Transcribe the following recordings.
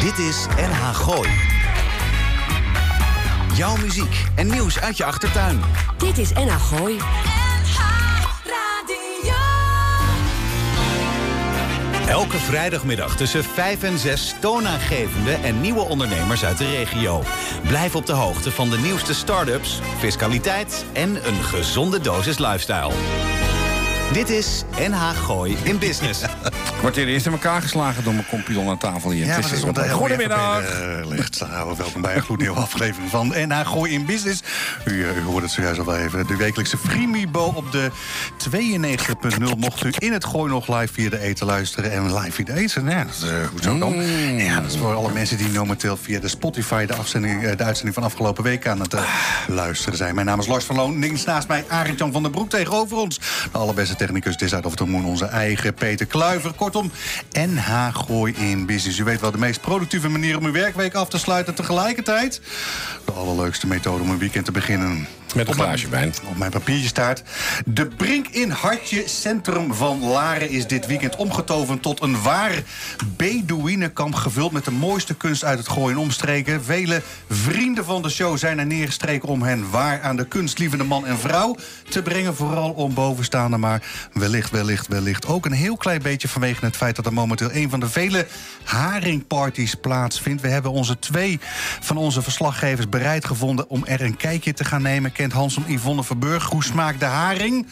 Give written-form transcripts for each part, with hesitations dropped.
Dit is NH Gooi. Jouw muziek en nieuws uit je achtertuin. Dit is NH Gooi. Elke vrijdagmiddag tussen 5 en 6 toonaangevende en nieuwe ondernemers uit de regio. Blijf op de hoogte van de nieuwste start-ups, fiscaliteit en een gezonde dosis lifestyle. Dit is NH Gooi in Business. Ik word hier eerst in elkaar geslagen door mijn compagnon aan tafel hier. Ja, Het is stond er goedemiddag. Welkom bij een gloednieuwe aflevering van NH Gooi in Business. U hoorde het zojuist al even. De wekelijkse Freemibo op de 92.0. Mocht u in het Gooi nog live via de eten luisteren en live via de eten. Ja, dat is goed zo dan. Ja, dat is voor alle mensen die momenteel via de Spotify de uitzending van afgelopen week aan het luisteren zijn. Mijn naam is Lars van Loon. Links naast mij Arend-Jan van der Broek. Tegenover ons de allerbeste technicus Dis uit of het Moon, onze eigen Peter Kluiver. Kortom, NH Gooi in Business. U weet wel, de meest productieve manier om uw werkweek af te sluiten. Tegelijkertijd de allerleukste methode om een weekend te beginnen. Met een glaasje wijn. Op mijn papiertje staat: de Brink in Hartje centrum van Laren is dit weekend omgetoverd tot een waar Bedouinenkamp, gevuld met de mooiste kunst uit het Gooi en omstreken. Vele vrienden van de show zijn er neergestreken om hen waar aan de kunstlievende man en vrouw te brengen. Vooral om bovenstaande, maar wellicht ook een heel klein beetje vanwege het feit dat er momenteel een van de vele haringparties plaatsvindt. We hebben twee van onze verslaggevers bereid gevonden om er een kijkje te gaan nemen. Kent Hans en Yvonne Verburg. Hoe smaakt de haring?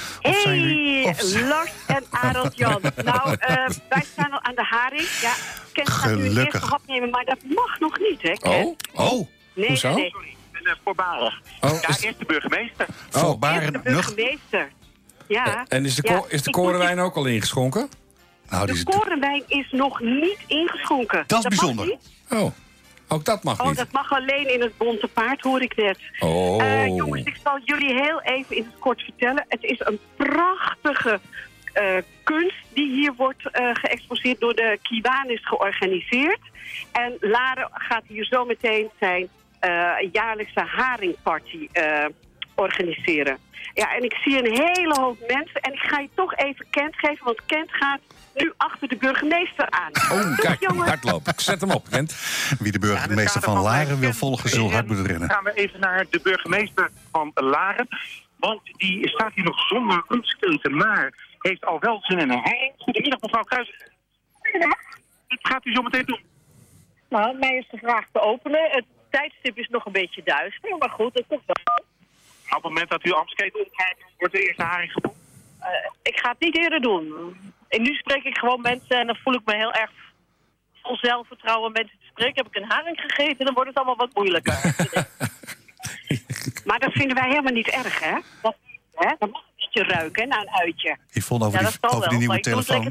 Lars en Arend-Jan. Nou, wij staan al aan de haring. Ja, Kent gaat nu een eerste hap nemen, maar dat mag nog niet, hè, Kent? Nee, hoezo? Nee. Sorry, ik ben voorbarig. Eerst de burgemeester. Eerst de burgemeester. Ja. En is de korenwijn ook al ingeschonken? Nou, de korenwijn is nog niet ingeschonken. Dat is bijzonder. Ook dat mag niet. Dat mag alleen in het Bonte Paard, hoor ik net. Jongens, ik zal jullie heel even in het kort vertellen. Het is een prachtige kunst die hier wordt geëxposeerd, door de Kiwanis georganiseerd. En Laren gaat hier zo meteen zijn jaarlijkse haringparty organiseren. Ja, en ik zie een hele hoop mensen. En ik ga je toch even Kent geven, want Kent gaat nu achter de burgemeester aan. Kijk, hardlopen. Ik zet hem op, Kent. Wie de burgemeester van Laren wil volgen, zult hard moeten rennen. Dan gaan we even naar de burgemeester van Laren. Want die staat hier nog zonder kunstsketen, maar heeft al wel zin in een haring. Goedemiddag, mevrouw Kruijs. Goedemiddag. Wat gaat u zo meteen doen? Nou, mij is gevraagd te openen. Het tijdstip is nog een beetje duister, maar goed, het komt wel. Op het moment dat u Amsketen omgaat, wordt de eerste haring geboekt. Ik ga het niet eerder doen. En nu spreek ik gewoon mensen en dan voel ik me heel erg vol zelfvertrouwen mensen te spreken. Heb ik een haring gegeten, dan wordt het allemaal wat moeilijker. Maar dat vinden wij helemaal niet erg, hè? Dat mag een beetje ruiken, na een uitje. Yvonne, over die nieuwe telefoon.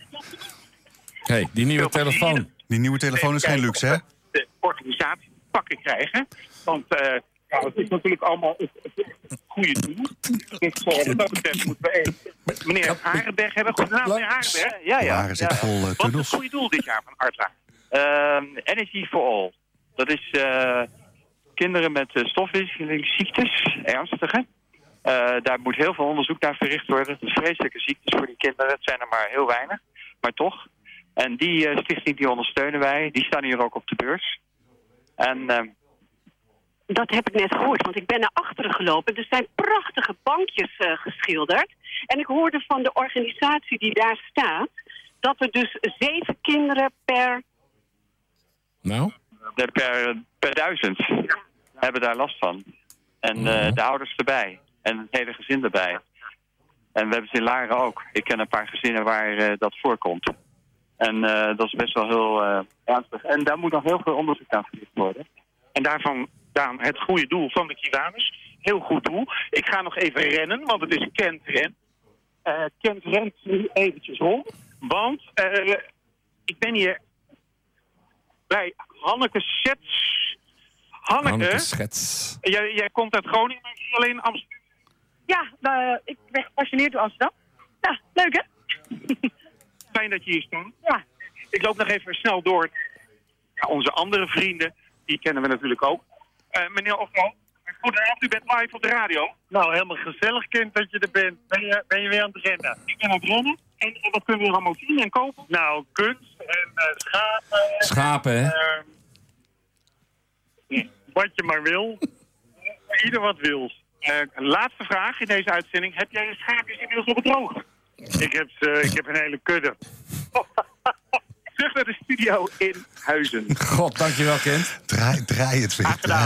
Die nieuwe telefoon. Die nieuwe telefoon is geen luxe, hè? De organisatie pakken krijgen. Want het is natuurlijk allemaal een goede doel. Dus wat dat betreft moeten we meneer Harenberg hebben. Goedenavond, meneer Harenberg. Laren zit vol Wat is tunnels. het goede doel dit jaar van Artla? Energy for All. Dat is kinderen met stofwisselingsziektes, ernstige. Daar moet heel veel onderzoek naar verricht worden. Het is vreselijke ziektes voor die kinderen. Het zijn er maar heel weinig, maar toch. En die stichting die ondersteunen wij. Die staan hier ook op de beurs. En dat heb ik net gehoord, want ik ben naar achteren gelopen. Er zijn prachtige bankjes geschilderd. En ik hoorde van de organisatie die daar staat dat er dus 7 kinderen per 1000 hebben daar last van. En de ouders erbij. En het hele gezin erbij. En we hebben het in Laren ook. Ik ken een paar gezinnen waar dat voorkomt. En dat is best wel heel ernstig. En daar moet nog heel veel onderzoek aan verricht worden. En daarvan het goede doel van de Kiwanis. Heel goed doel. Ik ga nog even rennen, want het is Kent Ren. Kent rent nu eventjes rond. Want ik ben hier bij Hanneke Schets. Hanneke Schets. Jij komt uit Groningen, maar niet alleen Amsterdam. Ja, ik ben gepassioneerd door Amsterdam. Ja, leuk hè? Fijn dat je hier staat. Ja. Ik loop nog even snel door. Ja, onze andere vrienden, die kennen we natuurlijk ook. Meneer Oflo, goedenavond, u bent live op de radio. Nou, helemaal gezellig kind dat je er bent. Ben je weer aan het rennen? Ik ben aan het rennen. En wat kunnen we er allemaal zien en kopen? Nou, kunst, en schapen. Schapen, hè? Wat je maar wil. Ieder wat wil. Laatste vraag in deze uitzending. Heb jij je schaapjes inmiddels op het droog? Ik heb een hele kudde. Terug naar de studio in Huizen. God, dankjewel, Kent. Draai het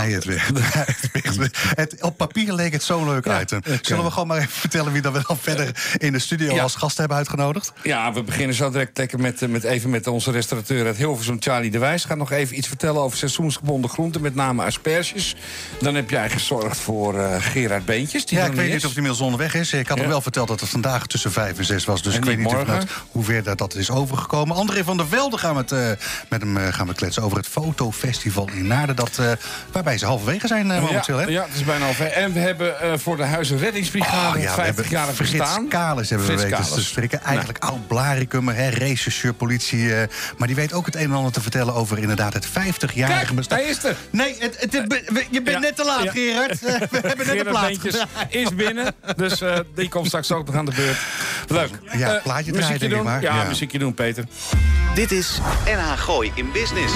weg. Op papier leek het zo leuk uit. Zullen we gewoon maar even vertellen wie dan wel verder in de studio als gast hebben uitgenodigd? Ja, we beginnen zo direct lekker met onze restaurateur uit Hilversum, Charlie de Wijs. Gaat nog even iets vertellen over seizoensgebonden groenten, met name asperges. Dan heb jij gezorgd voor Gerard Beentjes. Die ik weet niet of hij inmiddels onderweg is. Ik had hem wel verteld dat het vandaag tussen 5 en 6 was. Dus en ik weet niet morgen? hoe ver dat is overgekomen. André van der Velde gaan we met hem gaan we kletsen over het fotofestival in Naarden. Waarbij ze halverwege zijn momenteel. Hè? Ja, het is bijna over. En we hebben voor de Huizen Reddingsbrigade 50-jarig bestaan. Frits Kalis hebben we weten te strikken. Eigenlijk oud blaricum, rechercheur, politie. Maar die weet ook het een en ander te vertellen over inderdaad het 50-jarige bestaan. Hij is er. Nee, je bent net te laat, Gerard. We hebben net een plaat. Beentjes is binnen, dus die komt straks ook nog aan de beurt. Leuk. Ja, plaatje draaien, denk ik maar. Ja, muziekje doen, Peter. Dit is NH Gooi in Business.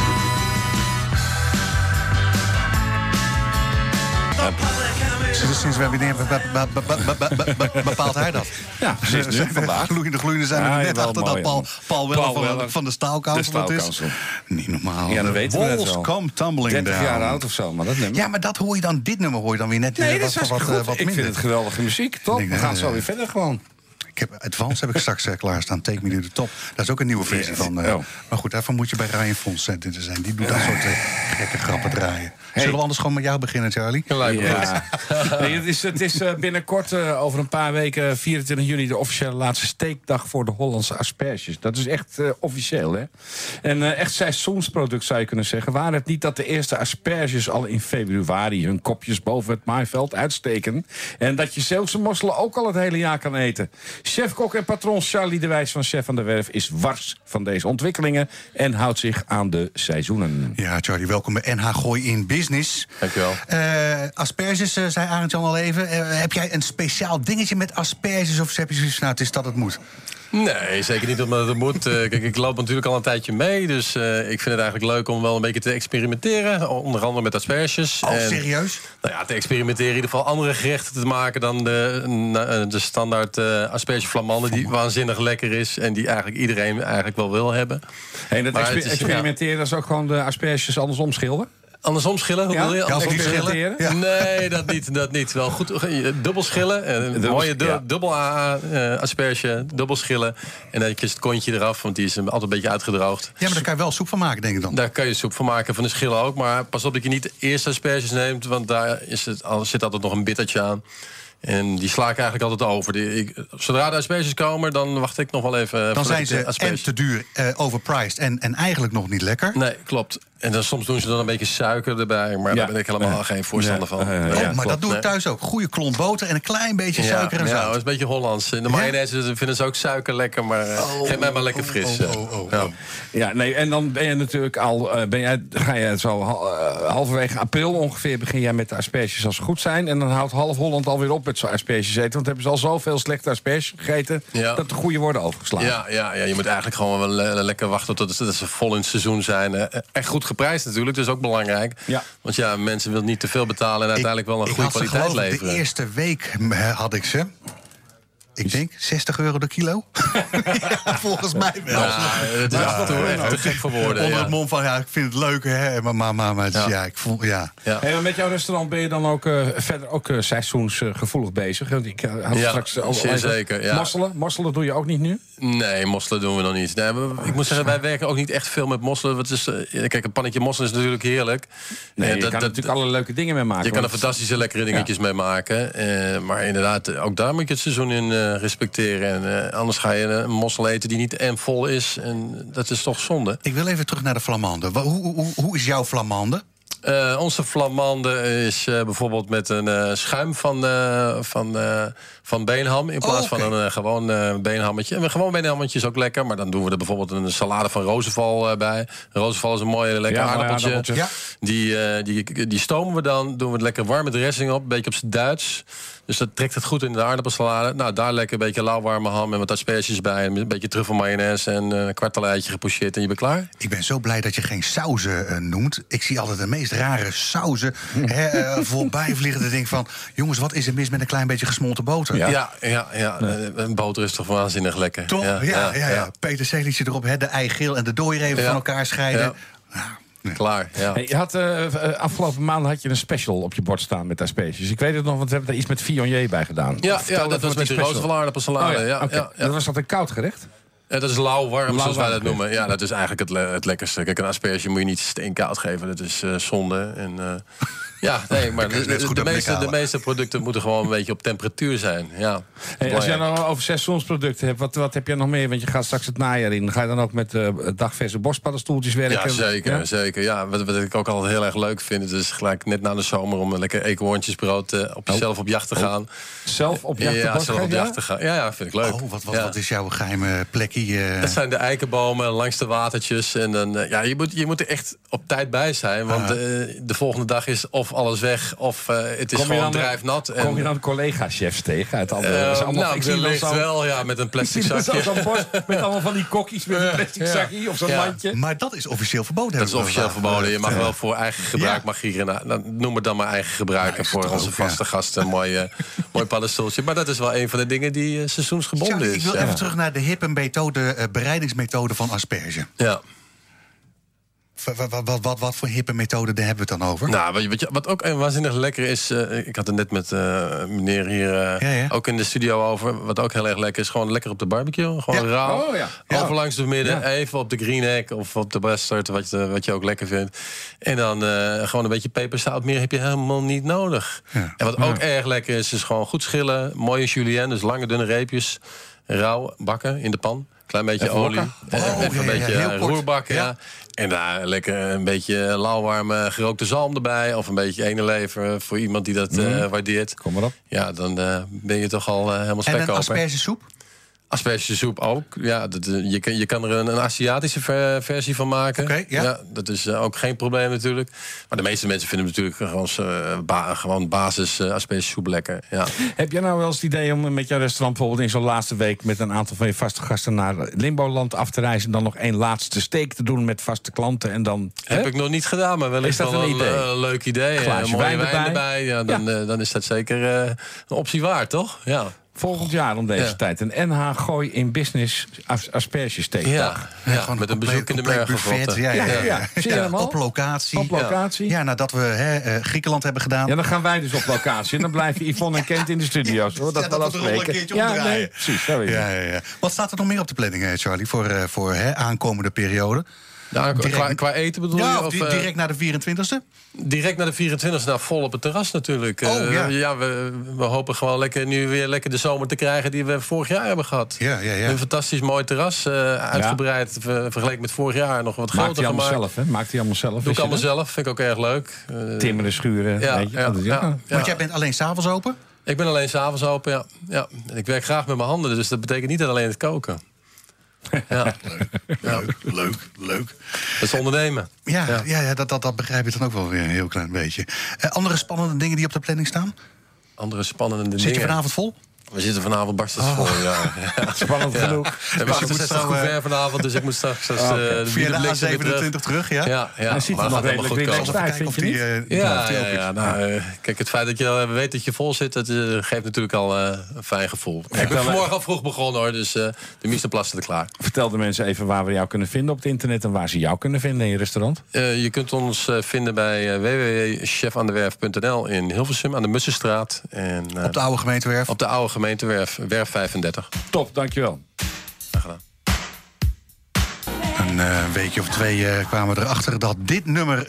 Sinds wanneer bepaalt hij dat? Ja, precies nu, vandaag. Gloeiende zijn we net achter mooi, dat Paul Weller van de Staalkouncil is. Niet normaal. Ja, dan weten we het wel. Come tumbling 30 down. jaar oud of zo, maar dat nummer. Ja, maar dit nummer hoor je dan weer net nee, dat is wat goed. Ik minder. vind het geweldige muziek, top. We gaan zo weer verder gewoon. Advance heb ik straks klaarstaan. Take Me to the Top. Dat is ook een nieuwe versie van. Maar goed, daarvan moet je bij Ryan Fons te zijn. Die doet dat soort gekke grappen draaien. Zullen we anders gewoon met jou beginnen, Charlie? Ja. Nee, het is binnenkort, over een paar weken, 24 juni... de officiële laatste steekdag voor de Hollandse asperges. Dat is echt officieel, hè? En echt seizoensproduct, zou je kunnen zeggen. Waar het niet dat de eerste asperges al in februari... hun kopjes boven het maaiveld uitsteken... en dat je Zeeuwse mosselen ook al het hele jaar kan eten. Chef-kok en patron Charlie de Wijs van Chef van der Werf... is wars van deze ontwikkelingen en houdt zich aan de seizoenen. Ja, Charlie, welkom bij NH Gooi in Business. Dankjewel. Asperges, zei Arend-Jan al even. Heb jij een speciaal dingetje met asperges of heb je zoiets van, nou, het is dat het moet? Nee, zeker niet omdat het moet. Kijk, ik loop natuurlijk al een tijdje mee. Dus ik vind het eigenlijk leuk om wel een beetje te experimenteren. Onder andere met asperges. Serieus? Nou ja, te experimenteren. In ieder geval andere gerechten te maken dan de standaard asperge flamande. Die waanzinnig lekker is. En die eigenlijk iedereen eigenlijk wel wil hebben. Hey, dat experimenteren, dat is ook gewoon de asperges andersom schilderen? Andersom schillen? Hoe bedoel je? Experimenteren? Ja. Nee, dat niet. Wel goed. Dubbel schillen. Een mooie dubbel asperge. Dubbel schillen. En dan het kontje eraf, want die is altijd een beetje uitgedroogd. Ja, maar daar kan je wel soep van maken, denk ik dan. Daar kan je soep van maken, van de schillen ook. Maar pas op dat je niet de eerste asperges neemt, want daar zit altijd nog een bittertje aan. En die sla ik eigenlijk altijd over. Zodra de asperges komen, dan wacht ik nog wel even. Dan zijn ze en te duur, overpriced en eigenlijk nog niet lekker. Nee, klopt. En dan soms doen ze dan een beetje suiker erbij. Maar daar ben ik helemaal geen voorstander van. Maar dat doe ik thuis ook. Goede klomp boter en een klein beetje suiker en zout. Ja, dat is een beetje Hollands. In de mayonaise vinden ze ook suiker lekker. Maar geef mij maar lekker fris. Ja, nee, en dan ben je natuurlijk ga je zo halverwege april ongeveer... begin jij met de asperges als ze goed zijn. En dan houdt half Holland alweer op met zo'n asperges eten. Want hebben ze al zoveel slechte asperges gegeten... dat de goede worden overgeslagen. Ja, je moet eigenlijk gewoon wel lekker wachten tot ze vol in het seizoen zijn. Echt goed geprijsd natuurlijk, dat is ook belangrijk. Ja. Want ja, mensen willen niet te veel betalen... en uiteindelijk wel een goede kwaliteit leveren. De eerste week had ik ze... Ik denk €60 de kilo. Ja, volgens mij wel. Ja, het is echt te gek voor woorden. Onder het mond van, ik vind het leuk, hè. Maar ik voel, Hey, maar met jouw restaurant ben je dan ook verder ook seizoensgevoelig bezig? Ik had straks zeer zeker. Ja. Mosselen doe je ook niet nu? Nee, mosselen doen we nog niet. Nee, ik moet zeggen, wij werken ook niet echt veel met mosselen. Kijk, een pannetje mosselen is natuurlijk heerlijk. Nee, je kan er natuurlijk alle leuke dingen mee maken. Je kan er fantastische lekkere dingetjes mee maken. Maar inderdaad, ook daar moet je het seizoen in respecteren. En anders ga je een mossel eten die niet vol is. En dat is toch zonde. Ik wil even terug naar de flamande. Hoe is jouw flamande? Onze flamande is bijvoorbeeld met een schuim van beenham... in plaats van een gewoon beenhammetje. En een gewoon beenhammetje is ook lekker... maar dan doen we er bijvoorbeeld een salade van rozenval bij. Rozenval is een mooi lekker aardappeltje. Ja. Die stomen we dan, doen we het lekker warme dressing op... een beetje op z'n Duits... Dus dat trekt het goed in de aardappelsalade. Nou, daar lekker een beetje lauwwarme ham en wat asperges bij. En een beetje truffelmayonaise en een kwarteleitje gepocheerd en je bent klaar. Ik ben zo blij dat je geen sauzen noemt. Ik zie altijd de meest rare sauzen voorbij vliegen. Ik denk van, jongens, wat is er mis met een klein beetje gesmolten boter? Ja. Boter is toch waanzinnig lekker. Toch? Ja. Peterselietje erop, de eigeel en de dooier even van elkaar scheiden. Ja. Nee. Klaar, ja. Hey, je had, afgelopen maand had je een special op je bord staan met asperges. Ik weet het nog, want we hebben daar iets met Viognier bij gedaan. Ja, dat was met de rozenval aardappelsalade. Dat was dat een koud gerecht? Dat is lauw-warm, zoals wij dat noemen. Ja, dat is eigenlijk het lekkerste. Kijk, een asperge moet je niet steenkoud geven. Dat is zonde. En, maar de meeste producten moeten gewoon een beetje op temperatuur zijn. Ja, hey, als jij nou over seizoensproducten hebt, wat heb jij nog meer? Want je gaat straks het najaar in. Ga je dan ook met dagverse bospaddenstoeltjes werken? Ja, zeker. Ja, wat ik ook altijd heel erg leuk vind... het is gelijk net na de zomer om een lekker eekhoorntjesbrood... op jezelf op jacht te gaan. Zelf op jacht Ja, zelf op jacht te gaan. Ja, vind ik leuk. Wat is jouw geheime plekje? Dat zijn de eikenbomen langs de watertjes. En dan, je moet er echt op tijd bij zijn. Want de volgende dag is of alles weg... of het is gewoon drijfnat. Kom je dan collega-chefs tegen uit wel, met een plastic zakje. Met allemaal van die kokkies met een plastic zakje of zo'n mandje. Maar dat is officieel verboden. Dat is officieel verboden. Je mag wel voor eigen gebruik... mag hier noem het dan maar eigen gebruik. En voor onze vaste gasten een mooi paddenstoeltje. Maar dat is wel een van de dingen die seizoensgebonden is. Ik wil even terug naar de hippe methode, bereidingsmethode van asperge. Ja. Wat voor hippe methode daar hebben we het dan over? Nou, wat ook waanzinnig lekker is... ik had het net met meneer hier ook in de studio over... wat ook heel erg lekker is, gewoon lekker op de barbecue. Gewoon rauw, overlangs door midden... even op de green egg of op de bastard, wat je ook lekker vindt. En dan gewoon een beetje peperzout. Meer heb je helemaal niet nodig. Ja. En wat ook erg lekker is gewoon goed schillen. Mooie julienne, dus lange dunne reepjes. Rauw bakken in de pan. Klein beetje olie. Even een beetje roerbakken, ja. En daar lekker een beetje lauwwarme gerookte zalm erbij. Of een beetje enenlever voor iemand die dat waardeert. Kom maar op. Ja, dan ben je toch al helemaal spekkoper. En een aspergesoep? Aspergesoep ook. Ja, je kan er een Aziatische versie van maken. Okay, ja, dat is ook geen probleem natuurlijk. Maar de meeste mensen vinden natuurlijk gewoon basis aspergesoep lekker. Ja. Heb jij nou wel eens het idee om met jouw restaurant bijvoorbeeld in zo'n laatste week... met een aantal van je vaste gasten naar Limboland af te reizen... en dan nog één laatste steak te doen met vaste klanten en dan... Heb ik nog niet gedaan, maar wellicht wel een leuk idee. Glaasje mooie wijn erbij. Ja, dan is dat zeker een optie waard, toch? Ja. Volgend jaar om deze tijd. Een NH Gooi in Business aspergesteak. Ja, met een bezoek in de Bergen. Op locatie. Op locatie. Ja, nadat we Griekenland hebben gedaan. Ja, dan gaan wij dus op locatie. En dan blijven Yvonne en Kent in de studio's. Hoor. Dat wel afspreken. Nee, precies. Ja. Wat staat er nog meer op de planning, Charlie, voor aankomende periode? Nou, qua eten bedoel je? Of direct naar de 24e? Direct naar de 24e, vol op het terras natuurlijk. We hopen gewoon nu weer lekker de zomer te krijgen die we vorig jaar hebben gehad. Ja. Een fantastisch mooi terras, uitgebreid vergeleken met vorig jaar. Nog wat groter gemaakt. Maakt hij allemaal zelf? Doe ik allemaal zelf, vind ik ook erg leuk. Timmeren, schuren. Want jij bent alleen 's avonds open? Ik ben alleen 's avonds open, ja. En ik werk graag met mijn handen, dus dat betekent niet alleen het koken. Ja. Leuk. Dat is ondernemen. Ja, dat begrijp ik dan ook wel weer een heel klein beetje. Andere spannende dingen die op de planning staan? Andere spannende dingen. Zit je vanavond vol? We zitten vanavond barstens vol, Spannend genoeg. We zitten straks goed ver vanavond, dus ik moet straks... via de A27 terug, ja. Hij ziet er nog redelijk relaxed uit, vind je niet? Kijk, het feit dat je weet dat je vol zit, dat geeft natuurlijk al een fijn gevoel. Ik ben vanmorgen al vroeg begonnen, hoor, dus de Miesterplassen er klaar. Vertel de mensen even waar we jou kunnen vinden op het internet en waar ze jou kunnen vinden in je restaurant. Je kunt ons vinden bij www.chefandewerf.nl in Hilversum aan de Mussenstraat. Op de oude gemeentewerf? Op de oude gemeentewerf, werf 35. Top, dankjewel. Graag gedaan. Een weekje of 2 kwamen we erachter dat dit nummer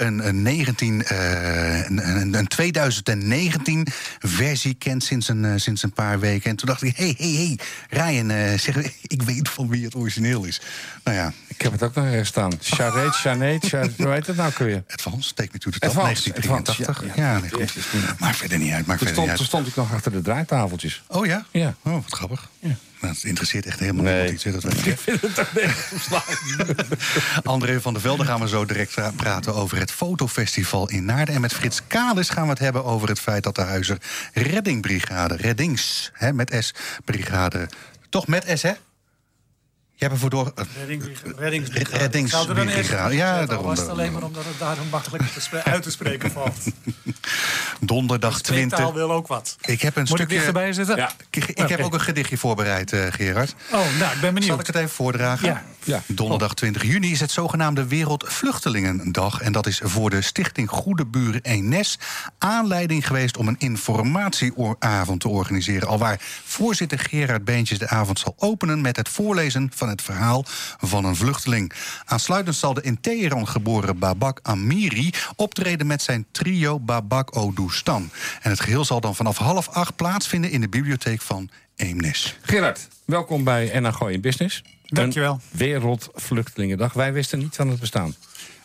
een 2019-versie kent sinds een paar weken. En toen dacht ik, hey, Ryan, zeg, ik weet van wie het origineel is. Nou ja. Ik heb het ook nog ergens staan. Charade, hoe heet het nou weer? Advance, Take Me to the Top, 1983. Ja, nee, goed. Maakt verder niet uit. Toen stond ik nog achter de draaitafeltjes. Oh ja? Ja. Oh, wat grappig. Ja. Nou, het interesseert echt helemaal niemand iets. Dat weet ik vind het ook nergens op. André van der Velde gaan we zo direct praten over het fotofestival in Naarden. En met Frits Kalis gaan we het hebben over het feit dat de Huizer Reddings, met S-brigade. Toch met S, hè? Je hebt ervoor door. Reddingsbrigade. Ja, daarom. Was het alleen maar omdat het daarom makkelijk uit te spreken valt. Donderdag 20. De taal wil ook wat. Ik heb een Moet stukje. Ik dichterbij zitten? Ja. Ik heb ook een gedichtje voorbereid, Gerard. Oh, nou, ik ben benieuwd. Zal ik het even voordragen? Ja. Donderdag 20 juni is het zogenaamde Wereldvluchtelingendag. En dat is voor de Stichting Goede Buren Eemnes aanleiding geweest om een informatieavond te organiseren. Alwaar voorzitter Gerard Beentjes de avond zal openen met het voorlezen van het verhaal van een vluchteling. Aansluitend zal de in Teheran geboren Babak Amiri optreden met zijn trio Babak Odustan. En het geheel zal dan vanaf 7:30 plaatsvinden in de bibliotheek van Eemnes. Gerard, welkom bij NH Gooi in Business. Dankjewel. Wereldvluchtelingendag. Wij wisten niet van het bestaan.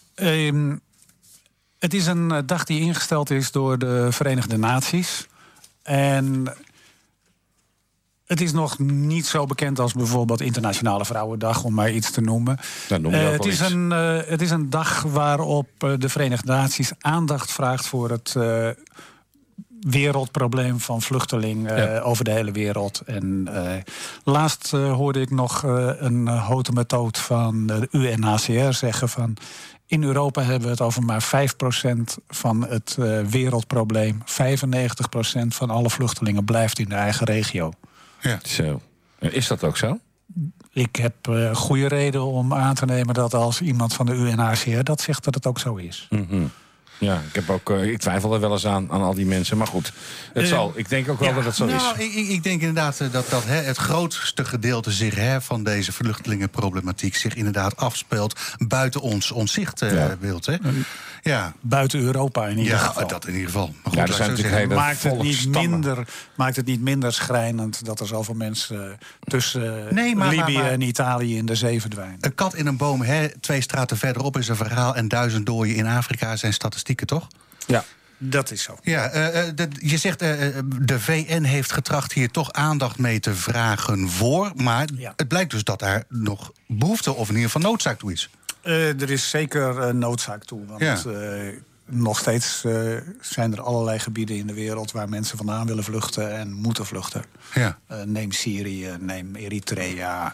Het is een dag die ingesteld is door de Verenigde Naties. En het is nog niet zo bekend als bijvoorbeeld Internationale Vrouwendag, om maar iets te noemen. Het is een dag waarop de Verenigde Naties aandacht vraagt voor het wereldprobleem van vluchtelingen over de hele wereld. En laatst hoorde ik nog een houten methode van de UNHCR zeggen van: in Europa hebben we het over maar 5% van het wereldprobleem. 95% van alle vluchtelingen blijft in de eigen regio. Ja. Zo. Is dat ook zo? Ik heb goede reden om aan te nemen dat als iemand van de UNHCR dat zegt, dat het ook zo is. Mm-hmm. Ja, ik twijfel er wel eens aan al die mensen. Maar goed, ik denk ook wel dat het zo is. Ik denk inderdaad dat het grootste gedeelte van deze vluchtelingenproblematiek zich inderdaad afspeelt buiten ons zichtbeeld. Ja. Buiten Europa in ieder geval. Ja, dat in ieder geval. Maar goed, zijn natuurlijk maakt het niet minder schrijnend dat er zoveel mensen tussen Libië en Italië in de zee verdwijnen. Een kat in een boom, 2 straten verderop is een verhaal en 1000 doden in Afrika zijn statistieken, toch? Ja. Dat is zo. Ja, je zegt de VN heeft getracht hier toch aandacht mee te vragen voor. Maar het blijkt dus dat daar nog behoefte of in ieder geval noodzaak toe is. Er is zeker noodzaak toe. Want nog steeds zijn er allerlei gebieden in de wereld waar mensen vandaan willen vluchten en moeten vluchten. Ja. Neem Syrië, neem Eritrea.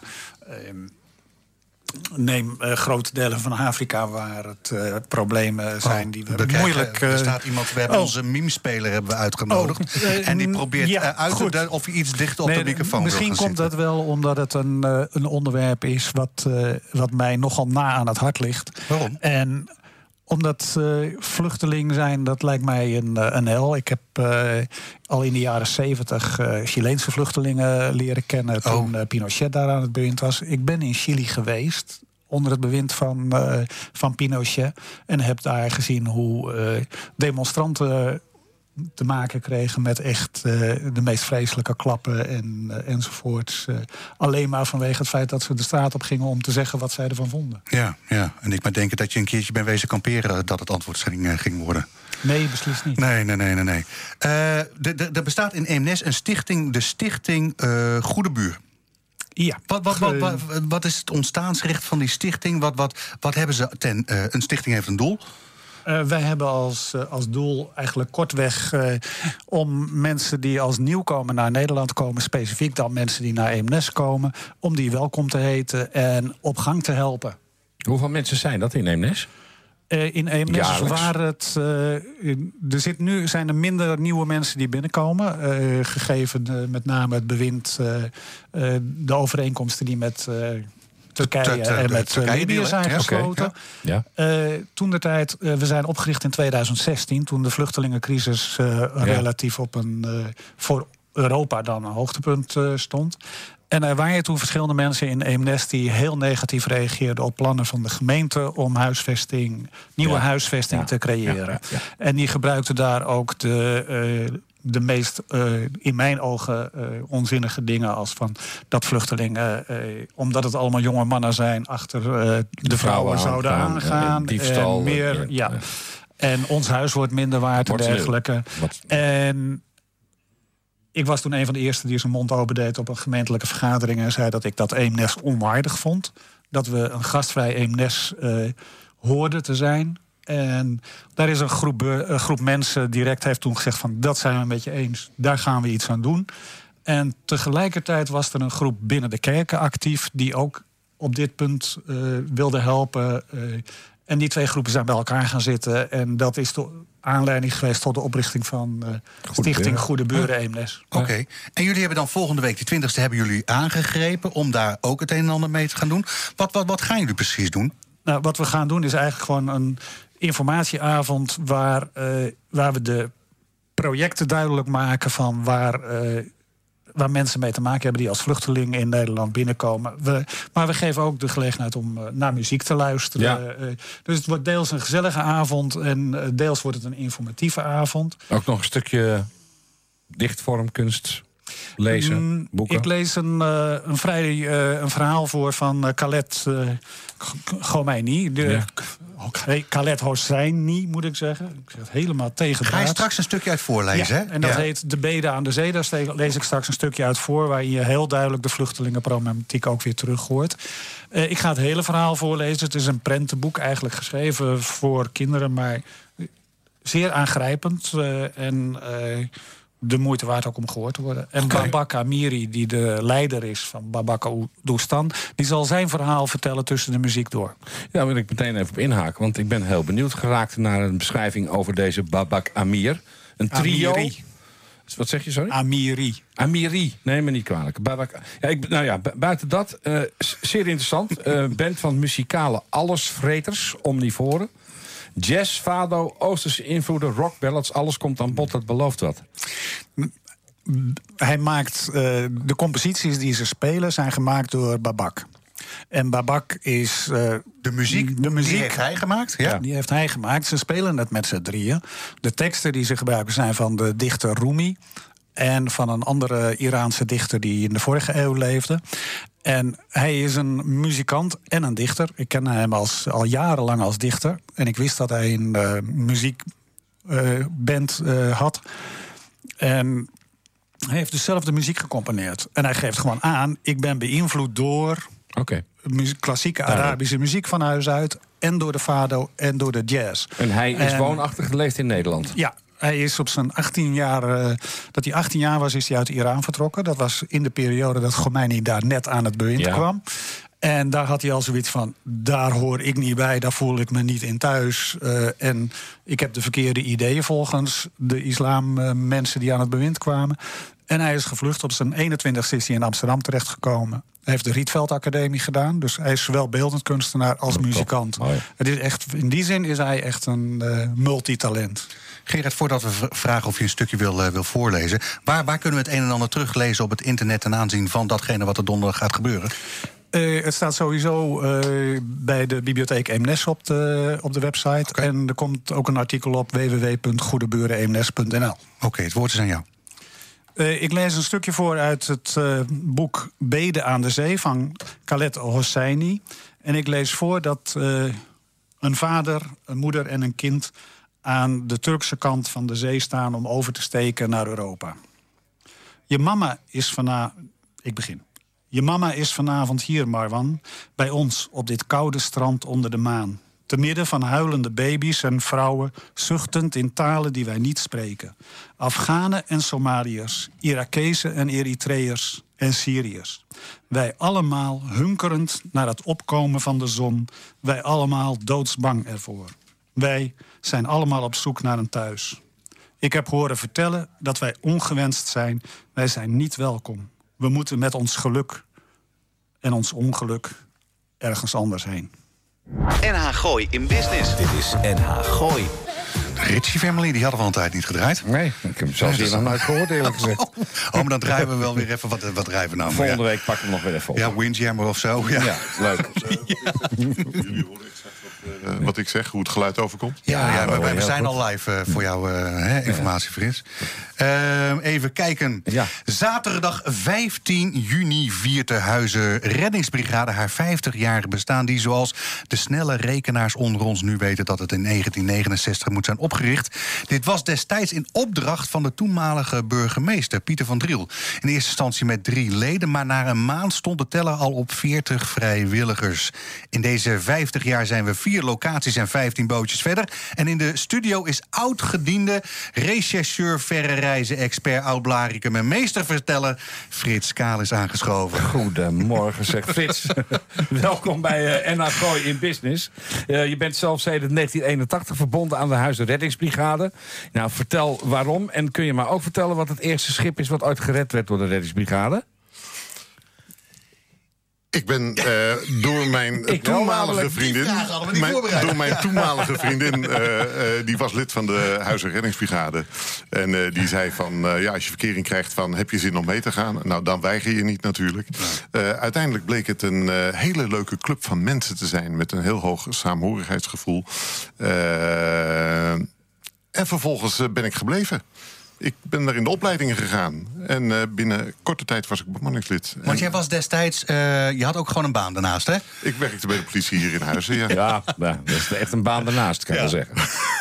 Neem grote delen van Afrika waar het problemen zijn die we moeilijk... Er staat iemand, we hebben onze meme-speler hebben we uitgenodigd. En die probeert uit te of je iets dichter op de microfoon misschien komt dat wel omdat het een onderwerp is wat mij nogal na aan het hart ligt. Waarom? En omdat vluchteling zijn, dat lijkt mij een hel. Ik heb al in de jaren 70 Chileense vluchtelingen leren kennen toen Pinochet daar aan het bewind was. Ik ben in Chili geweest onder het bewind van Pinochet en heb daar gezien hoe demonstranten te maken kregen met echt de meest vreselijke klappen enzovoorts. Alleen maar vanwege het feit dat ze de straat op gingen om te zeggen wat zij ervan vonden. Ja. En ik maar denken dat je een keertje bent wezen kamperen dat het antwoord ging worden. Nee, beslist niet. Nee. Er bestaat in Eemnes een stichting, de Stichting Goede Buur. Ja. Wat is het ontstaansrecht van die stichting? Wat hebben ze een stichting heeft een doel? Wij hebben als doel eigenlijk kortweg om mensen die als nieuwkomer naar Nederland komen, specifiek dan mensen die naar Eemnes komen, om die welkom te heten en op gang te helpen. Hoeveel mensen zijn dat in Eemnes? In Eemnes zijn er minder nieuwe mensen die binnenkomen. Gegeven met name het bewind, de overeenkomsten die met Turkije en met Libië zijn gesloten. Toentertijd, we zijn opgericht in 2016... toen de vluchtelingencrisis relatief op een voor Europa dan een hoogtepunt stond. En er waren toen verschillende mensen in Eemnes die heel negatief reageerden op plannen van de gemeente om nieuwe huisvesting te creëren. Ja. En die gebruikten daar ook de meest, in mijn ogen, onzinnige dingen als van dat vluchtelingen, omdat het allemaal jonge mannen zijn, achter de vrouwen zouden aangaan. Diefstal. En meer, En ons huis wordt minder waard en dergelijke. En ik was toen een van de eerste die zijn mond opendeed op een gemeentelijke vergadering en zei dat ik dat Eemnes onwaardig vond. Dat we een gastvrij Eemnes hoorden te zijn. En daar is een groep mensen direct heeft toen gezegd van dat zijn we met je eens. Daar gaan we iets aan doen. En tegelijkertijd was er een groep binnen de kerken actief die ook op dit punt wilde helpen. En die twee groepen zijn bij elkaar gaan zitten. En dat is de aanleiding geweest tot de oprichting van Stichting Goede Buren Eemnes. Oké. En jullie hebben dan volgende week, die 20e, hebben jullie aangegrepen om daar ook het een en ander mee te gaan doen. Wat gaan jullie precies doen? Nou, wat we gaan doen is eigenlijk gewoon een informatieavond waar we de projecten duidelijk maken van waar mensen mee te maken hebben die als vluchteling in Nederland binnenkomen. Maar we geven ook de gelegenheid om naar muziek te luisteren. Ja. Dus het wordt deels een gezellige avond en deels wordt het een informatieve avond. Ook nog een stukje dichtvormkunst lezen, boeken? Ik lees een verhaal voor van Khaled Khomeini. Khaled Hosseini, moet ik zeggen. Ik zeg het helemaal tegen. Ga je straks een stukje uit voorlezen? Ja, en dat heet De Bede aan de Zee. Daar lees ik straks een stukje uit voor, waarin je heel duidelijk de vluchtelingenproblematiek ook weer terug hoort. Ik ga het hele verhaal voorlezen. Het is een prentenboek, eigenlijk geschreven voor kinderen, maar zeer aangrijpend. En de moeite waard ook om gehoord te worden. En Babak Amiri, die de leider is van Babak Doestan, die zal zijn verhaal vertellen tussen de muziek door. Ja, daar wil ik meteen even op inhaken, want ik ben heel benieuwd geraakt naar een beschrijving over deze Babak Amir. Een trio. Amiri. Wat zeg je, sorry? Amiri. Neem me niet kwalijk. Babak. Ja, buiten dat, zeer interessant. Band van muzikale allesvreters, omnivoren. Jazz, fado, Oosterse invloeden, rock, ballads, alles komt aan bod, dat belooft wat. Hij maakt, de composities die ze spelen zijn gemaakt door Babak. En Babak is de muziek die heeft hij gemaakt? Ja, die heeft hij gemaakt. Ze spelen het met z'n drieën. De teksten die ze gebruiken zijn van de dichter Rumi en van een andere Iraanse dichter die in de vorige eeuw leefde. En hij is een muzikant en een dichter. Ik ken hem al jarenlang als dichter. En ik wist dat hij een muziekband had. En hij heeft dus zelf de muziek gecomponeerd. En hij geeft gewoon aan, ik ben beïnvloed door klassieke Arabische muziek van huis uit. En door de fado en door de jazz. En hij is woonachtig geleefd in Nederland? Ja. Hij is op zijn 18 jaar, dat hij 18 jaar was, is hij uit Iran vertrokken. Dat was in de periode dat Khomeini daar net aan het bewind kwam. En daar had hij al zoiets van, daar hoor ik niet bij, daar voel ik me niet in thuis. En ik heb de verkeerde ideeën volgens de islammensen die aan het bewind kwamen. En hij is gevlucht. Op zijn 21ste is hij in Amsterdam terechtgekomen. Hij heeft de Rietveld Academie gedaan. Dus hij is zowel beeldend kunstenaar als muzikant. Het is echt, in die zin is hij echt een multitalent. Gerard, voordat we vragen of je een stukje wil voorlezen, waar kunnen we het een en ander teruglezen op het internet ten aanzien van datgene wat er donderdag gaat gebeuren? Het staat sowieso bij de bibliotheek Eemnes op de website. Okay. En er komt ook een artikel op www.goedebureneemnes.nl. Oké, het woord is aan jou. Ik lees een stukje voor uit het boek Bede aan de Zee van Khaled Hosseini. En ik lees voor dat een vader, een moeder en een kind aan de Turkse kant van de zee staan om over te steken naar Europa. Je mama is vanavond hier, Marwan, bij ons op dit koude strand onder de maan. Te midden van huilende baby's en vrouwen, zuchtend in talen die wij niet spreken. Afghanen en Somaliërs, Irakezen en Eritreërs en Syriërs. Wij allemaal hunkerend naar het opkomen van de zon. Wij allemaal doodsbang ervoor. Wij zijn allemaal op zoek naar een thuis. Ik heb horen vertellen dat wij ongewenst zijn. Wij zijn niet welkom. We moeten met ons geluk en ons ongeluk ergens anders heen. NH Gooi in Business. Dit is NH Gooi. Ritchie Family, die hadden we al een tijd niet gedraaid. Nee, ik heb hem zelfs hier nog nooit gehoord, eerlijk gezegd. Maar dan draaien we wel weer even. Wat draaien we nou? Volgende week pakken we nog weer even op. Ja, Windjammer of zo. Ja, leuk. Jullie horen exact wat ik zeg, hoe het geluid overkomt? Ja, we zijn al live voor jouw informatie, Frits. Even kijken. Ja. Zaterdag 15 juni viert de Huizen Reddingsbrigade haar 50-jarige bestaan, die zoals de snelle rekenaars onder ons nu weten dat het in 1969 moet zijn opgericht. Dit was destijds in opdracht van de toenmalige burgemeester Pieter van Driel. In eerste instantie met 3 leden, maar na een maand stond de teller al op 40 vrijwilligers. In deze 50 jaar zijn we 4 locaties en 15 bootjes verder. En in de studio is oud-gediende rechercheur, verre reizen-expert, oud-blaricum en meesterverteller Frits Kalis aangeschoven. Goedemorgen, zeg Frits. Welkom bij NH Gooi in Business. Je bent zelf sinds 1981 verbonden aan de Huizen Reddingsbrigade. Nou, vertel waarom en kun je maar ook vertellen wat het eerste schip is wat ooit gered werd door de reddingsbrigade? Ik ben door mijn toenmalige vriendin... Door mijn toenmalige vriendin, die was lid van de Huizen Reddingsbrigade. En die zei van, als je verkering krijgt van, heb je zin om mee te gaan? Nou, dan weiger je niet natuurlijk. Uiteindelijk bleek het een hele leuke club van mensen te zijn, met een heel hoog saamhorigheidsgevoel. En vervolgens ben ik gebleven. Ik ben daar in de opleidingen gegaan. En binnen korte tijd was ik bemanningslid. Want jij was destijds... je had ook gewoon een baan daarnaast, hè? Ik werkte bij de politie hier in Huizen, ja. Ja, dat is echt een baan daarnaast, kan je wel zeggen.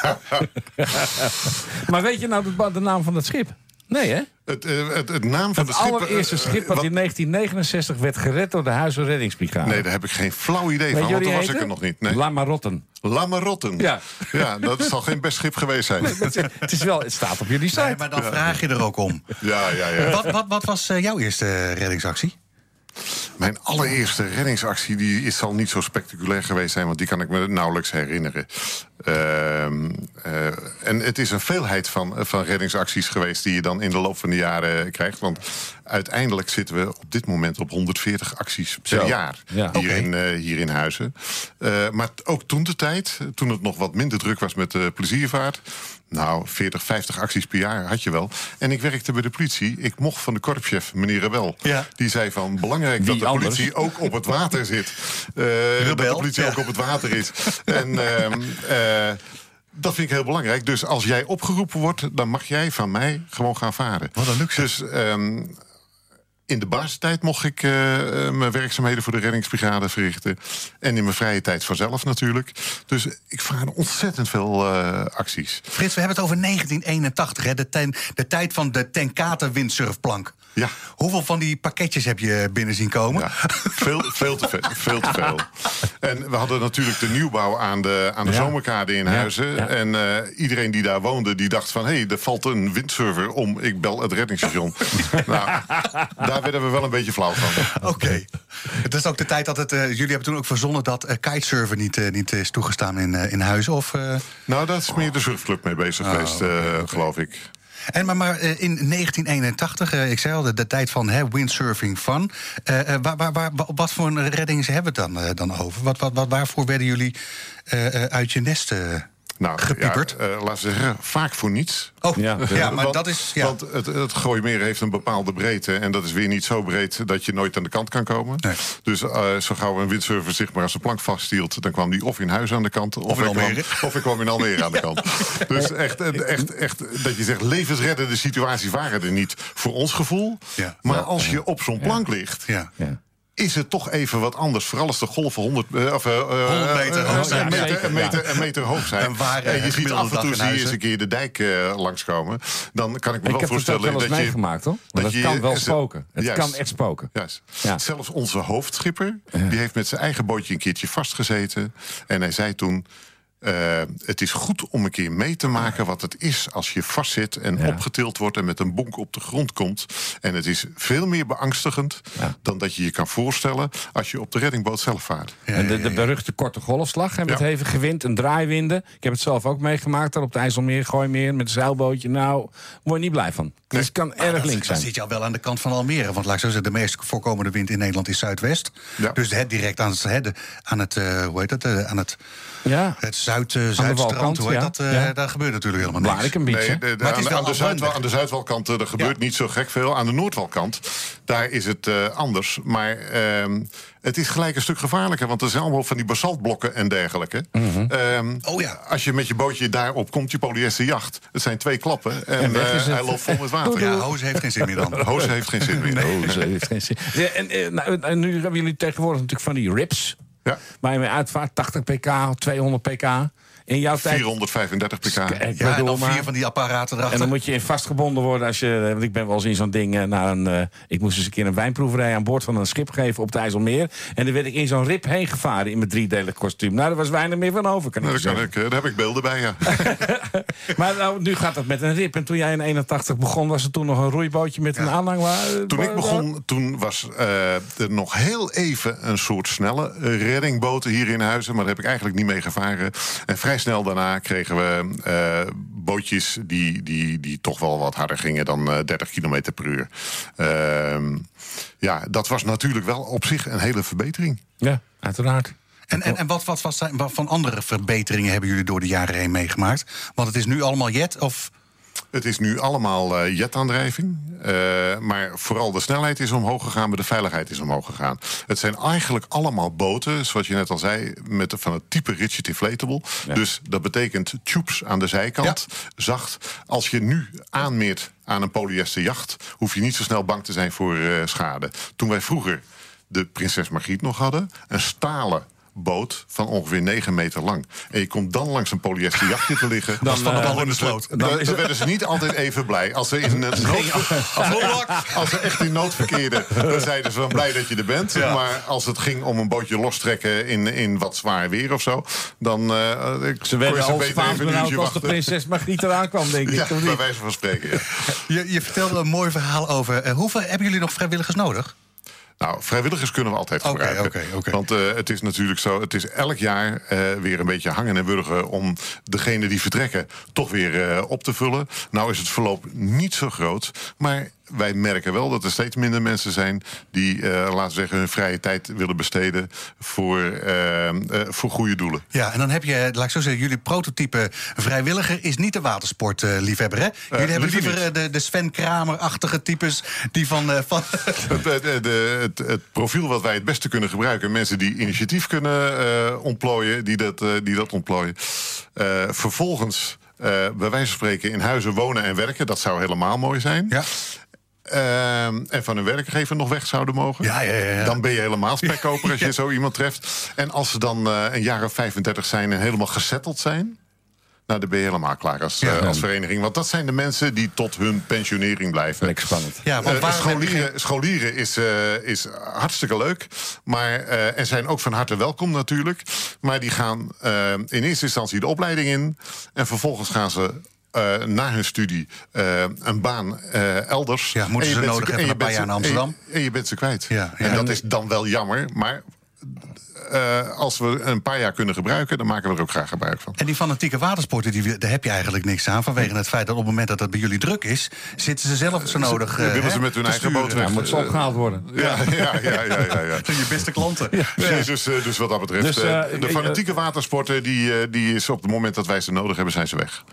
Maar weet je nou de naam van het schip? Nee, hè? Het naam van het schip... allereerste schip wat in 1969 werd gered door de Huizen Reddingsbrigade. Nee, daar heb ik geen flauw idee van, want toen was ik er nog niet. Nee. Lamarotten. Lamarotten. Ja. Ja, dat zal geen best schip geweest zijn. Het staat op jullie site. Nee, maar dan vraag je er ook om. Ja. Wat was jouw eerste reddingsactie? Mijn allereerste reddingsactie die zal niet zo spectaculair geweest zijn, want die kan ik me nauwelijks herinneren. En het is een veelheid van reddingsacties geweest die je dan in de loop van de jaren krijgt. Want uiteindelijk zitten we op dit moment op 140 acties per jaar hier in Huizen. Maar ook toen de tijd, toen het nog wat minder druk was met de pleziervaart. Nou, 40, 50 acties per jaar had je wel. En ik werkte bij de politie. Ik mocht van de korpschef, meneer Rebel. Ja. Die zei van, belangrijk dat de politie ook op het water zit. Dat de politie ook op het water is. En dat vind ik heel belangrijk. Dus als jij opgeroepen wordt, dan mag jij van mij gewoon gaan varen. Wat een luxe. Dus in de basistijd mocht ik mijn werkzaamheden voor de reddingsbrigade verrichten. En in mijn vrije tijd vanzelf natuurlijk. Dus ik vaar ontzettend veel acties. Frits, we hebben het over 1981, hè? De tijd van de Tenkate windsurfplank. Ja. Hoeveel van die pakketjes heb je binnen zien komen? Ja, veel te veel. En we hadden natuurlijk de nieuwbouw aan de Zomerkade in Huizen. Ja. En iedereen die daar woonde, die dacht van... hé, er valt een windsurfer om, ik bel het reddingsstation. Nou, daar werden we wel een beetje flauw van. Oké. Het is ook de tijd dat het... jullie hebben toen ook verzonnen dat kitesurfen niet is toegestaan in Huizen? Of, Nou, daar is meer de surfclub mee bezig geweest, geloof ik. Maar in 1981, ik zei al, de tijd van windsurfing fun. Wat voor een redding hebben we het dan over? Waarvoor werden jullie uit je nest gepieperd? Laten we zeggen, vaak voor niets. Oh, maar want, dat is... Ja. Want het Gooimeer heeft een bepaalde breedte. En dat is weer niet zo breed dat je nooit aan de kant kan komen. Nee. Dus zo gauw een windsurfer zich maar als de plank vasthield... dan kwam die of in Huis aan de kant... of ik kwam in Almere aan de kant. Dus echt dat je zegt, levensreddende situaties waren er niet voor ons gevoel. Ja. Maar als je op zo'n plank ligt... Ja. Is het toch even wat anders. Vooral als de golven 100 meter hoog zijn. Een meter hoog zijn. En je ziet af en toe zie je eens een keer de dijk langskomen. Dan kan ik me wel voorstellen dat je... Ik heb het wel eens meegemaakt, hoor. Dat kan wel spoken. Het kan echt spoken. Ja. Zelfs onze hoofdschipper, die heeft met zijn eigen bootje een keertje vastgezeten. En hij zei toen... het is goed om een keer mee te maken wat het is als je vastzit en opgetild wordt en met een bonk op de grond komt. En het is veel meer beangstigend dan dat je je kan voorstellen als je op de reddingboot zelf vaart. En de beruchte korte golfslag met hevige wind en draaiwinden. Ik heb het zelf ook meegemaakt daar op de IJsselmeer, Gooimeer met een zeilbootje. Nou, word je niet blij van. Dus het kan erg links zijn. Dan zit je al wel aan de kant van Almere. Want laat ik zo zeggen, de meest voorkomende wind in Nederland is zuidwest. Ja. Dus direct aan het zuidstrand, hoe heet dat? Daar gebeurt natuurlijk helemaal niks. Aan de Zuidwalkant gebeurt niet zo gek veel. Aan de Noordwalkant, daar is het anders. Maar het is gelijk een stuk gevaarlijker. Want er zijn allemaal van die basaltblokken en dergelijke. Als je met je bootje daarop komt, je polyesterjacht. Het zijn 2 klappen en hij loopt vol met water. Ja, Hoze heeft geen zin meer dan. Hoze heeft geen zin meer. Hoze heeft geen zin. Ja, en nu hebben jullie tegenwoordig natuurlijk van die rips. Ja. Waar je mee uitvaart, 80 pk, 200 pk. In jouw tijd 435 pk. En dan 4 van die apparaten erachter. En dan moet je in vastgebonden worden als je... Want ik ben wel eens in zo'n ding ik moest eens een keer een wijnproeverij aan boord van een schip geven op het IJsselmeer. En dan werd ik in zo'n rip heen gevaren in mijn 3-delig kostuum. Nou, daar was weinig meer van over, kan ik zeggen. Daar heb ik beelden bij, ja. Maar nou, nu gaat dat met een rip. En toen jij in 81 begon, was er toen nog een roeibootje met een aanhang? Toen ik begon, toen was er nog heel even een soort snelle reddingboten hier in Huizen. Maar daar heb ik eigenlijk niet mee gevaren. En vrij snel daarna kregen we bootjes die toch wel wat harder gingen dan 30 km per uur. Dat was natuurlijk wel op zich een hele verbetering. Ja, uiteraard. En wat van andere verbeteringen hebben jullie door de jaren heen meegemaakt? Want het is nu allemaal jet of... Het is nu allemaal jetaandrijving. Maar vooral de snelheid is omhoog gegaan, maar de veiligheid is omhoog gegaan. Het zijn eigenlijk allemaal boten, zoals je net al zei, van het type rigid inflatable. Ja. Dus dat betekent tubes aan de zijkant, zacht. Als je nu aanmeert aan een polyesterjacht, hoef je niet zo snel bang te zijn voor schade. Toen wij vroeger de Prinses Margriet nog hadden, een stalen boot van ongeveer 9 meter lang. En je komt dan langs een polyesterjachtje te liggen. Dan staat het al in de sloot. Dan werden ze niet altijd even blij. Als ze echt in nood verkeerden, dan zeiden ze van blij dat je er bent. Ja. Maar als het ging om een bootje lostrekken in wat zwaar weer of zo, dan ze werden al Spaans benauwd als de Prinses Margriet eraan kwam, denk ik. Ja, bij wijze van spreken, ja. Je vertelde een mooi verhaal over... hoeveel hebben jullie nog vrijwilligers nodig? Nou, vrijwilligers kunnen we altijd gebruiken. Okay. Want het is natuurlijk zo, het is elk jaar weer een beetje hangen en wurgen om degene die vertrekken toch weer op te vullen. Nou is het verloop niet zo groot, maar wij merken wel dat er steeds minder mensen zijn die, laten we zeggen, hun vrije tijd willen besteden voor goede doelen. Ja, en dan heb je, laat ik zo zeggen, jullie prototype vrijwilliger is niet de watersportliefhebber, hè? Jullie hebben liever de Sven Kramer-achtige types die van... Het profiel wat wij het beste kunnen gebruiken, mensen die initiatief kunnen ontplooien, die dat ontplooien. Vervolgens, bij wijze van spreken, in huizen wonen en werken, dat zou helemaal mooi zijn. Ja. En van hun werkgever nog weg zouden mogen. Ja. Dan ben je helemaal spekkoper als je zo iemand treft. En als ze dan een jaar of 35 zijn en helemaal gesetteld zijn, nou, dan ben je helemaal klaar als vereniging. Want dat zijn de mensen die tot hun pensionering blijven. Lekker spannend. Ja, scholieren is hartstikke leuk. Maar, en zijn ook van harte welkom natuurlijk. Maar die gaan in eerste instantie de opleiding in. En vervolgens gaan ze na hun studie een baan elders. Ja, moeten ze nodig hebben een paar jaar in Amsterdam. En je bent ze kwijt. Ja. En dat is dan wel jammer, maar als we een paar jaar kunnen gebruiken, dan maken we er ook graag gebruik van. En die fanatieke watersporten, daar heb je eigenlijk niks aan. Vanwege het feit dat op het moment dat het bij jullie druk is, zitten ze zelf zo nodig. Willen ze met hun eigen boot weg. Ja, moet ze opgehaald worden. Ja. Dat zijn je beste klanten. Ja. Dus wat dat betreft, de fanatieke watersporten, die is op het moment dat wij ze nodig hebben, zijn ze weg.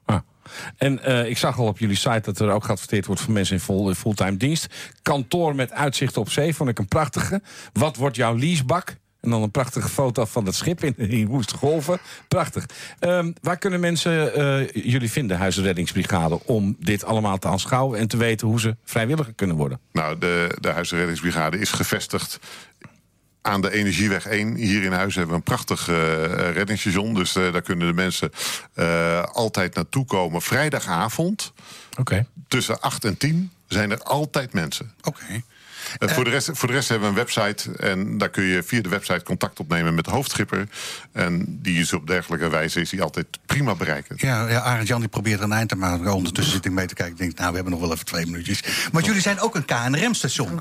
En ik zag al op jullie site dat er ook geadverteerd wordt voor mensen in fulltime dienst. Kantoor met uitzicht op zee, vond ik een prachtige. Wat wordt jouw leasebak? En dan een prachtige foto van het schip in woeste golven. Prachtig. Waar kunnen mensen jullie vinden, Huizenreddingsbrigade, om dit allemaal te aanschouwen en te weten hoe ze vrijwilliger kunnen worden? Nou, de Huizenreddingsbrigade is gevestigd aan de Energieweg 1. Hier in huis hebben we een prachtig reddingsstation. Dus daar kunnen de mensen altijd naartoe komen. Vrijdagavond, tussen 8 en 10, zijn er altijd mensen. Voor de rest hebben we een website. En daar kun je via de website contact opnemen met de hoofdschipper. En die is op dergelijke wijze is die altijd prima bereiken. Ja, Arend Jan die probeert er een eind te maken. Ondertussen zit ik mee te kijken. Ik denk, nou, we hebben nog wel even 2 minuutjes. Maar jullie zijn ook een KNRM-station.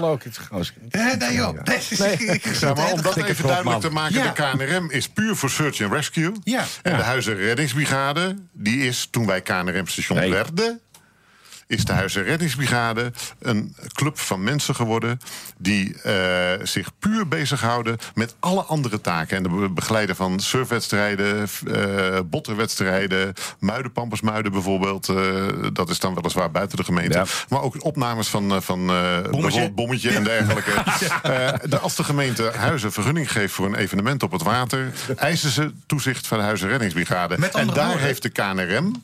Nee, joh. Maar om dat even duidelijk te maken. De KNRM is puur voor search and rescue. Ja. En de Huizenreddingsbrigade, die is, toen wij KNRM-station werden, is de Huizen Reddingsbrigade een club van mensen geworden die zich puur bezighouden met alle andere taken. En de begeleiden van surfwedstrijden, botterwedstrijden, muidenpampersmuiden bijvoorbeeld. Dat is dan weliswaar buiten de gemeente. Ja. Maar ook opnames van bijvoorbeeld Bommetje en dergelijke. Als de gemeente Huizen vergunning geeft voor een evenement op het water, eisen ze toezicht van de Huizen Reddingsbrigade. En daar heeft de KNRM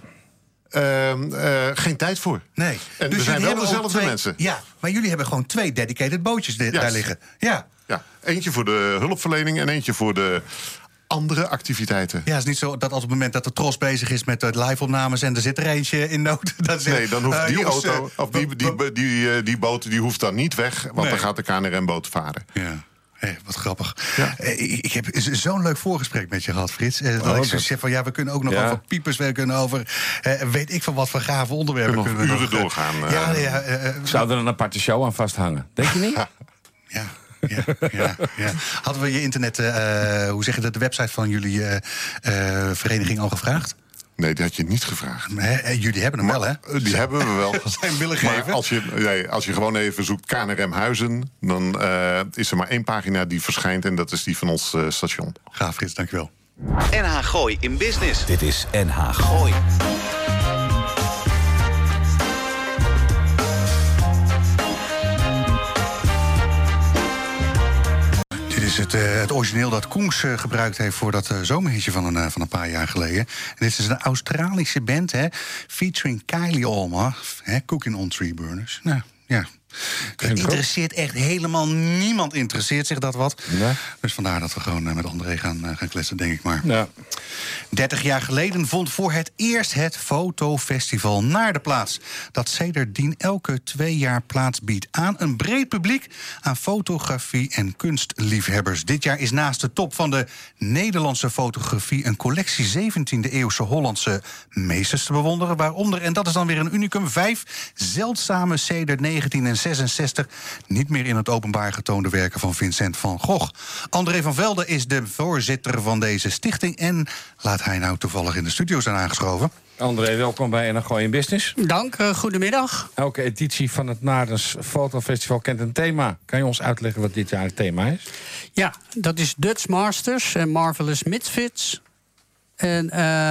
geen tijd voor. Nee. En dus er zijn wel dezelfde mensen. Ja, maar jullie hebben gewoon 2 dedicated bootjes daar liggen. Ja. Eentje voor de hulpverlening en eentje voor de andere activiteiten. Ja, het is niet zo dat als op het moment dat de Tros bezig is met live-opnames en er zit er eentje in nood. Nee, dan hoeft die auto, of die boot, die hoeft dan niet weg, want dan gaat de KNRM-boot varen. Ja. Hey, wat grappig. Ja. Ik heb zo'n leuk voorgesprek met je gehad, Frits. Dat ik zo zeg van, we kunnen ook nog over piepers, we kunnen over weet ik van wat voor gave onderwerpen. Kunnen we uren doorgaan. Zou er een aparte show aan vasthangen? Denk je niet? Ja. Hadden we je internet, hoe zeg je dat, de website van jullie vereniging al gevraagd? Nee, die had je niet gevraagd. Jullie hebben hem wel, hè? Die hebben we wel. Zijn willen geven. Maar als je gewoon even zoekt KNRM Huizen, dan is er maar 1 pagina die verschijnt en dat is die van ons station. Gaaf, Frits, dankjewel. NH Gooi in Business. Dit is NH Gooi. Dit is het origineel dat Koens gebruikt heeft voor dat zomerhitje van een paar jaar geleden. En dit is een Australische band, featuring Kylie Alma, Cooking on Tree Burners. Nou, ja. Het interesseert echt helemaal niemand, interesseert zich dat wat. Ja. Dus vandaar dat we gewoon met André gaan kletsen, denk ik maar. Ja. 30 jaar geleden vond voor het eerst het fotofestival Naarden plaats. Dat sedertdien elke 2 jaar plaats biedt aan een breed publiek aan fotografie- en kunstliefhebbers. Dit jaar is naast de top van de Nederlandse fotografie een collectie 17e-eeuwse Hollandse meesters te bewonderen. Waaronder, en dat is dan weer een unicum, 5 zeldzame sedert 1966 niet meer in het openbaar getoonde werken van Vincent van Gogh. André van Velde is de voorzitter van deze stichting en laat hij nou toevallig in de studio zijn aangeschoven. André, welkom bij NH Gooi in Business. Dank, goedemiddag. Elke editie van het Naardens Fotofestival kent een thema. Kan je ons uitleggen wat dit jaar het thema is? Ja, dat is Dutch Masters en Marvelous Misfits. En,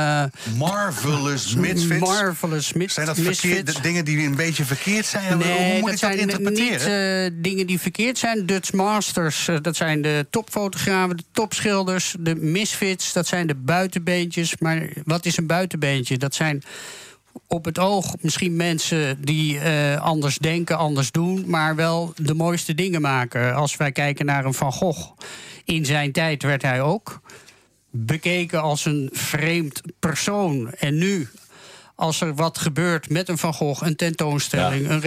Marvelous Misfits? Marvelous Misfits. Zijn dat dingen die een beetje verkeerd zijn? Nee, hoe moet ik dat interpreteren? Niet dingen die verkeerd zijn. Dutch Masters, dat zijn de topfotografen, de topschilders. De Misfits, dat zijn de buitenbeentjes. Maar wat is een buitenbeentje? Dat zijn op het oog misschien mensen die anders denken, anders doen, maar wel de mooiste dingen maken. Als wij kijken naar een Van Gogh, in zijn tijd werd hij ook bekeken als een vreemd persoon. En nu, als er wat gebeurt met een Van Gogh, een tentoonstelling,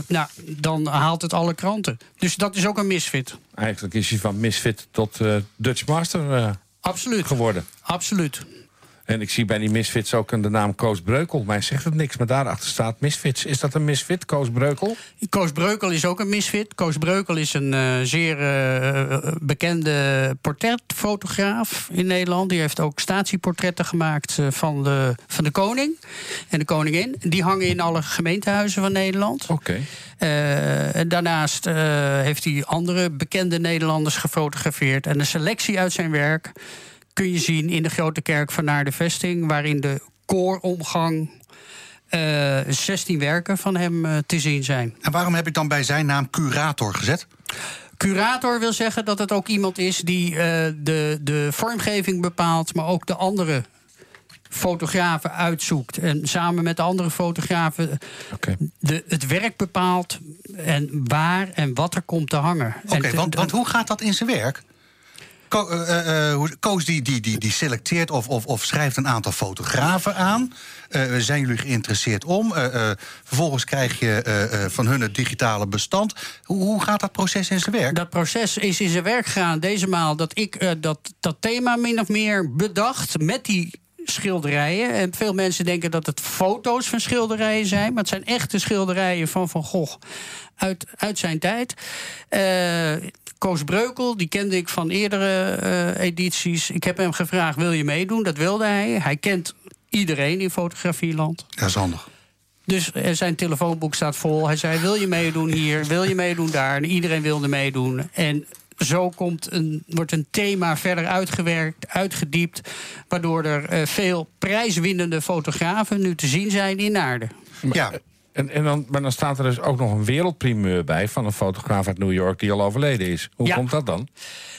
dan haalt het alle kranten. Dus dat is ook een misfit. Eigenlijk is hij van misfit tot Dutch Master geworden. Absoluut. En ik zie bij die Misfits ook de naam Koos Breukel. Mij zegt het niks, maar daarachter staat Misfits. Is dat een misfit, Koos Breukel? Koos Breukel is ook een misfit. Koos Breukel is een zeer bekende portretfotograaf in Nederland. Die heeft ook statieportretten gemaakt van de koning en de koningin. Die hangen in alle gemeentehuizen van Nederland. Oké. En daarnaast heeft hij andere bekende Nederlanders gefotografeerd. En een selectie uit zijn werk kun je zien in de Grote Kerk van Naarden-Vesting, waarin de kooromgang 16 werken van hem te zien zijn. En waarom heb ik dan bij zijn naam curator gezet? Curator wil zeggen dat het ook iemand is die de vormgeving bepaalt, maar ook de andere fotografen uitzoekt. En samen met de andere fotografen het werk bepaalt en waar en wat er komt te hangen. Oké, want hoe gaat dat in zijn werk? Koos die selecteert of schrijft een aantal fotografen aan. Zijn jullie geïnteresseerd om? Vervolgens krijg je van hun het digitale bestand. Hoe gaat dat proces in zijn werk? Dat proces is in zijn werk gegaan deze maal dat ik dat thema min of meer bedacht met die schilderijen. En veel mensen denken dat het foto's van schilderijen zijn, maar het zijn echte schilderijen van Van Gogh uit zijn tijd. Koos Breukel, die kende ik van eerdere edities. Ik heb hem gevraagd, wil je meedoen? Dat wilde hij. Hij kent iedereen in fotografieland. Dat is handig. Dus zijn telefoonboek staat vol. Hij zei, wil je meedoen hier, wil je meedoen daar? En iedereen wilde meedoen. En zo wordt een thema verder uitgewerkt, uitgediept, waardoor er veel prijswinnende fotografen nu te zien zijn in Naarden. Ja. Maar dan staat er dus ook nog een wereldprimeur bij van een fotograaf uit New York die al overleden is. Hoe komt dat dan?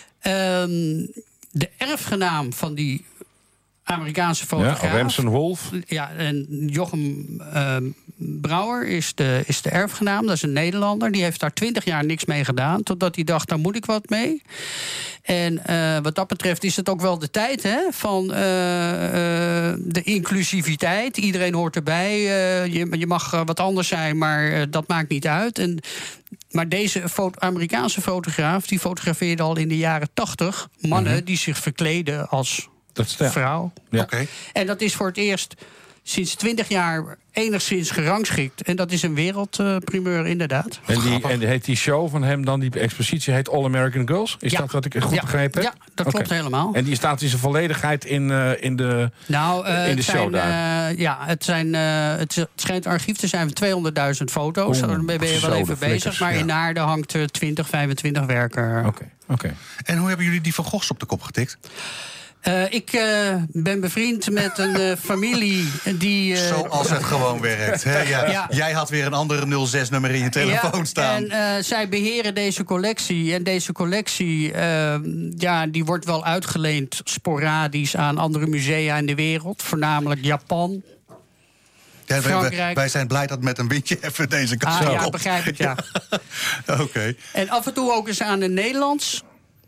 De erfgenaam van die Amerikaanse fotograaf. Ja, Remsen Wolf. Ja, en Jochem Brouwer is de erfgenaam. Dat is een Nederlander. Die heeft daar 20 jaar niks mee gedaan. Totdat hij dacht, daar moet ik wat mee. En wat dat betreft is het ook wel de tijd van de inclusiviteit. Iedereen hoort erbij. Je mag wat anders zijn, maar dat maakt niet uit. Maar deze Amerikaanse fotograaf, die fotografeerde al in de jaren 80 mannen die zich verkleden als vrouw. Ja. Okay. En dat is voor het eerst sinds 20 jaar enigszins gerangschikt. En dat is een wereldprimeur, inderdaad. En heet die show van hem dan, die expositie, heet All American Girls? Is dat wat ik goed begrepen heb? Ja, dat klopt helemaal. En die staat in zijn volledigheid in de show daar? Het schijnt een archief te zijn van 200.000 foto's. Daar ben je wel even bezig. Maar in Naarden hangt 20, 25 werken. Oké. En hoe hebben jullie die Van Goghs op de kop getikt? Ik ben bevriend met een familie die... Zoals het gewoon werkt. Hè? Ja. Ja. Jij had weer een andere 06-nummer in je telefoon staan. En zij beheren deze collectie. En deze collectie die wordt wel uitgeleend sporadisch aan andere musea in de wereld. Voornamelijk Japan. Ja, wij zijn blij dat met een windje even deze kant komt. Ja, begrijp ik, ja. Oké. En af en toe ook eens aan een Nederlands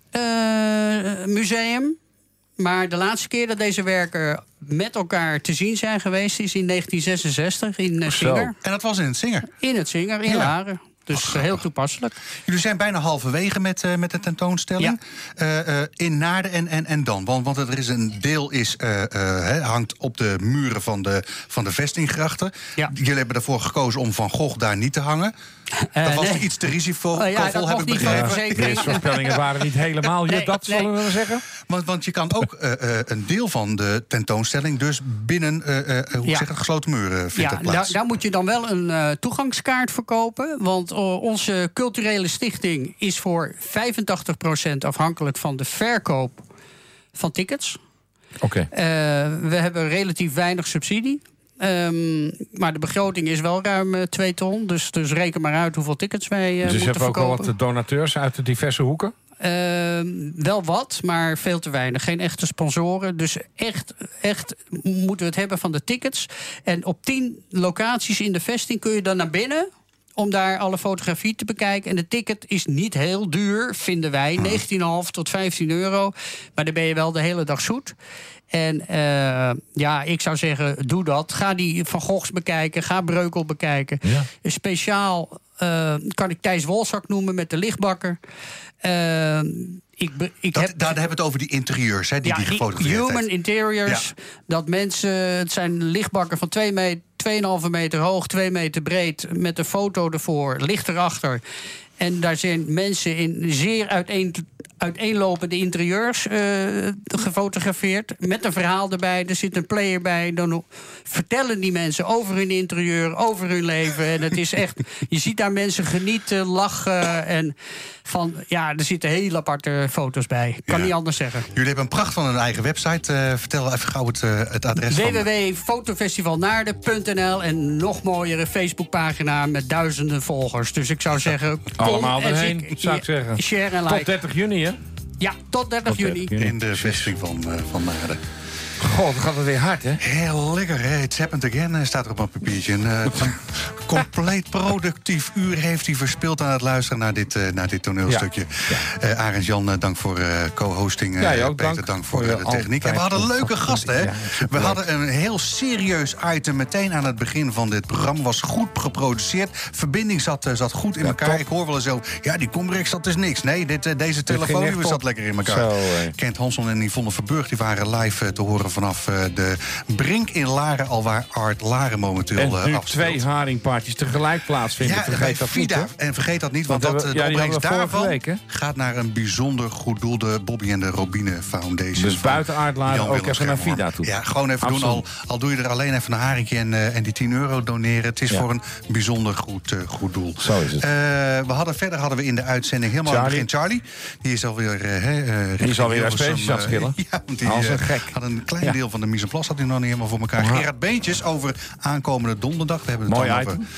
museum. Maar de laatste keer dat deze werken met elkaar te zien zijn geweest is in 1966 in Singer. En dat was in het Singer? In het Singer, in Laren. Dus heel toepasselijk. Jullie zijn bijna halverwege met de tentoonstelling. Ja. In Naarden en dan? Want er is een deel hangt op de muren van de vestinggrachten. Ja. Jullie hebben ervoor gekozen om Van Gogh daar niet te hangen. Dat was iets te risicovol, heb ik begrepen. De voorspellingen waren niet helemaal dat zullen we zeggen. Want je kan ook een deel van de tentoonstelling dus binnen gesloten muren vindt plaats. Daar moet je dan wel een toegangskaart voor kopen. Want onze culturele stichting is voor 85% afhankelijk van de verkoop van tickets. Oké. We hebben relatief weinig subsidie. Maar de begroting is wel ruim 2 ton. Dus reken maar uit hoeveel tickets wij moeten verkopen. Dus je hebt ook wel wat donateurs uit de diverse hoeken? Wel wat, maar veel te weinig. Geen echte sponsoren. Dus echt moeten we het hebben van de tickets. En op 10 locaties in de vesting kun je dan naar binnen om daar alle fotografie te bekijken. En de ticket is niet heel duur, vinden wij. 19,5 tot 15 euro. Maar dan ben je wel de hele dag zoet. En ik zou zeggen, doe dat. Ga die Van Goghs bekijken. Ga Breukel bekijken. Ja. Speciaal kan ik Thijs Wolzak noemen met de lichtbakker. Daar hebben we het over die interieurs, hè, die gefotografeerd heeft. Human interiors. Ja. Dat mensen, het zijn lichtbakken van 2,5 meter hoog, 2 meter breed, met een foto ervoor, licht erachter. En daar zijn mensen in zeer uiteenlopende interieurs gefotografeerd. Met een verhaal erbij, er zit een player bij. Dan vertellen die mensen over hun interieur, over hun leven. En het is echt, je ziet daar mensen genieten, lachen. En er zitten hele aparte foto's bij. Kan niet anders zeggen. Jullie hebben een pracht van een eigen website. Vertel even gauw het adres. www.fotofestivalnaarden.nl. En nog mooiere Facebookpagina met duizenden volgers. Dus ik zou zeggen, allemaal erheen, zou ik zeggen. Share en like. Tot 30 juni, hè? Ja, tot 30 juni. In de vesting van Naarden. God, dan gaat het weer hard, hè? Heel lekker, hè? It's happened again, staat er op een papiertje. Een compleet productief uur heeft hij verspeeld aan het luisteren naar dit toneelstukje. Ja. Arend Jan, dank voor co-hosting. Peter, dank voor de techniek. En we hadden leuke gasten, hè? We hadden een heel serieus item meteen aan het begin van dit programma. Was goed geproduceerd. Verbinding zat goed in elkaar. Top. Ik hoor wel eens over, die Comrex, dat is niks. Nee, deze telefoon zat lekker in elkaar. Kent Hansson en Yvonne Verburg, die waren live te horen vanaf de Brink in Laren, al waar Art Laren momenteel afspeelt. En nu 2 haringpaardjes acties tegelijk plaatsvinden. Ja, Vergeet dat Vida. niet, hè? En vergeet dat niet, want de opbrengst daarvan gaat naar een bijzonder goed doel. De Bobby en de Robine Foundation. Dus buiten Aardladen ook even naar Vida toe. Ja, gewoon even doen. Al doe je er alleen even een haringje en die €10 doneren. Het is voor een bijzonder goed doel. Zo is het. Verder hadden we in de uitzending helemaal aan het begin Charlie. Die is alweer... die is alweer asperges aan het schillen. Ja, want die had een klein deel van de mise en place had hij nog niet helemaal voor elkaar. Gerard Beentjes over aankomende donderdag. We hebben het dan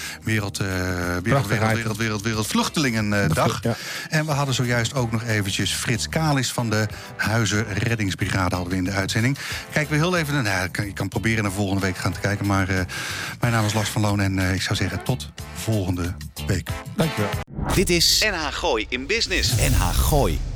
over Wereldvluchtelingendag. Ja. En we hadden zojuist ook nog eventjes Frits Kalis van de Huizen Reddingsbrigade hadden we in de uitzending. Kijken we heel even... ik kan proberen naar volgende week gaan te kijken. Maar mijn naam is Lars van Loon en ik zou zeggen tot volgende week. Dankjewel. Dit is NH Gooi in Business. NH Gooi.